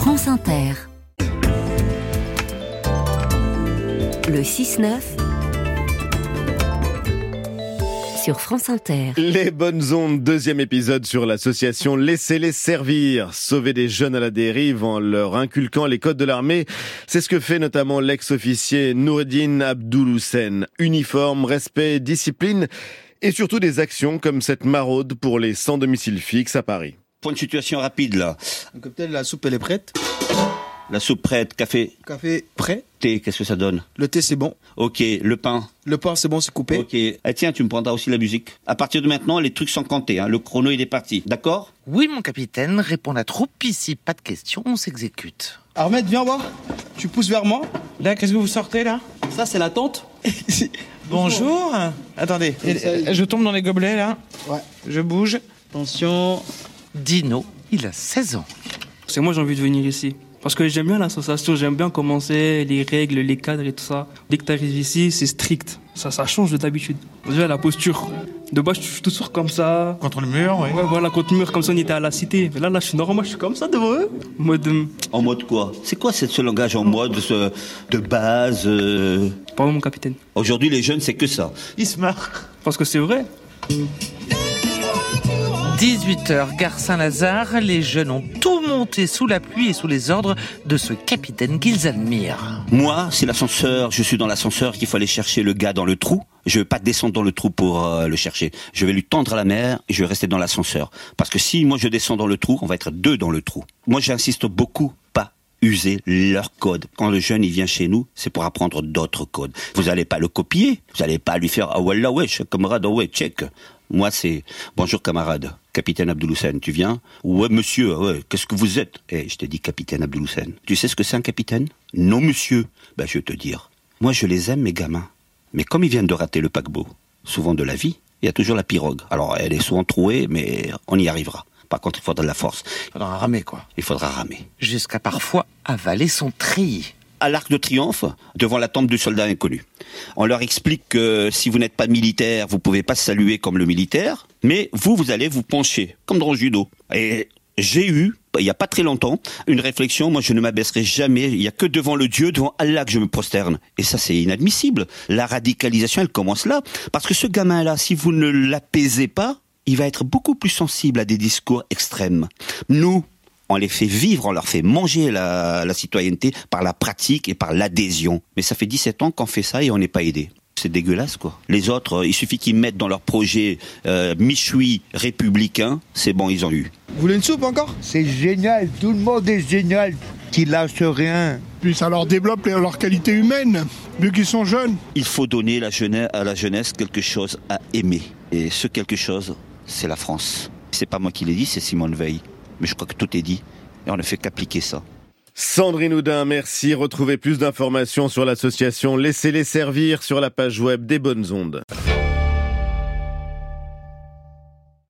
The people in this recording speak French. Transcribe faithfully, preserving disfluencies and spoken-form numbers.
France Inter. Le six neuf sur France Inter. Les bonnes ondes, deuxième épisode sur l'association Laissez-les servir. Sauver des jeunes à la dérive en leur inculquant les codes de l'armée. C'est ce que fait notamment l'ex-officier Noureddine Abdouloussen. Uniforme, respect, discipline et surtout des actions comme cette maraude pour les sans domicile fixe à Paris. Pour une situation rapide là. Donc peut-être la soupe elle est prête. La soupe prête, café. Café prêt. Thé, qu'est-ce que ça donne? Le thé c'est bon. Ok, le pain. Le pain c'est bon, c'est coupé. Ok. Eh, tiens, tu me prendras aussi la musique. À partir de maintenant, les trucs sont comptés. Hein. Le chrono il est parti. D'accord? Oui, mon capitaine, répond la troupe. Ici, pas de questions, on s'exécute. Ahmed, viens voir. Tu pousses vers moi. Là, qu'est-ce que vous sortez là? Ça c'est la tente. Bonjour. Attendez, je tombe dans les gobelets là. Ouais. Je bouge. Attention. Dino, il a seize ans. C'est moi j'ai envie de venir ici. Parce que j'aime bien l'association, j'aime bien comment c'est, les règles, les cadres et tout ça. Dès que tu arrives ici, c'est strict. Ça, ça change de d'habitude. Déjà la posture. De bas, je suis toujours comme ça. Contre le mur, oui. Ouais, voilà, contre le mur, comme ça on était à la cité. Mais là, là, je suis normal, je suis comme ça devant eux. En mode... Euh... En mode quoi? C'est quoi ce langage en mode ce, de base euh... Pardon, mon capitaine. Aujourd'hui, les jeunes, c'est que ça. Ils se marrent. Parce que c'est vrai. dix-huit heures, gare Saint-Lazare, les jeunes ont tout monté sous la pluie et sous les ordres de ce capitaine qu'ils admirent. Moi, c'est l'ascenseur, je suis dans l'ascenseur qu'il faut aller chercher le gars dans le trou. Je vais pas descendre dans le trou pour euh, le chercher. Je vais lui tendre la mer et je vais rester dans l'ascenseur. Parce que si moi je descends dans le trou, on va être deux dans le trou. Moi j'insiste beaucoup, pas user leur code. Quand le jeune il vient chez nous, c'est pour apprendre d'autres codes. Vous allez pas le copier, vous allez pas lui faire « Ah wallah wesh, camarade, ouais, check ». Moi, c'est « Bonjour camarade, capitaine Abdouloussen, tu viens ?»« Ouais monsieur, ouais, qu'est-ce que vous êtes ?»« Eh, je te dis capitaine Abdouloussen. Tu sais ce que c'est un capitaine ?»« Non monsieur. » Ben, je vais te dire. Moi, je les aime, mes gamins. Mais comme ils viennent de rater le paquebot, souvent de la vie, il y a toujours la pirogue. Alors, elle est souvent trouée, mais on y arrivera. Par contre, il faudra de la force. Il faudra ramer, quoi. Il faudra ramer. Jusqu'à parfois avaler son treillis. À l'Arc de Triomphe, devant la tombe du soldat inconnu. On leur explique que si vous n'êtes pas militaire, vous pouvez pas saluer comme le militaire, mais vous, vous allez vous pencher, comme dans le judo. Et j'ai eu, il y a pas très longtemps, une réflexion, moi je ne m'abaisserai jamais, il y a que devant le Dieu, devant Allah que je me prosterne. Et ça c'est inadmissible. La radicalisation, elle commence là. Parce que ce gamin-là, si vous ne l'apaisez pas, il va être beaucoup plus sensible à des discours extrêmes. Nous, on les fait vivre, on leur fait manger la, la citoyenneté par la pratique et par l'adhésion. Mais ça fait dix-sept ans qu'on fait ça et on n'est pas aidé. C'est dégueulasse, quoi. Les autres, il suffit qu'ils mettent dans leur projet euh, Michoui républicain, c'est bon, ils ont eu. Vous voulez une soupe encore? C'est génial, tout le monde est génial, qui lâche rien. Puis ça leur développe leur qualité humaine, vu qu'ils sont jeunes. Il faut donner la jeunesse, à la jeunesse quelque chose à aimer. Et ce quelque chose, c'est la France. C'est pas moi qui l'ai dit, c'est Simone Veil. Mais je crois que tout est dit, et on ne fait qu'appliquer ça. Sandrine Oudin, merci. Retrouvez plus d'informations sur l'association Laissez-les servir sur la page web des Bonnes Ondes.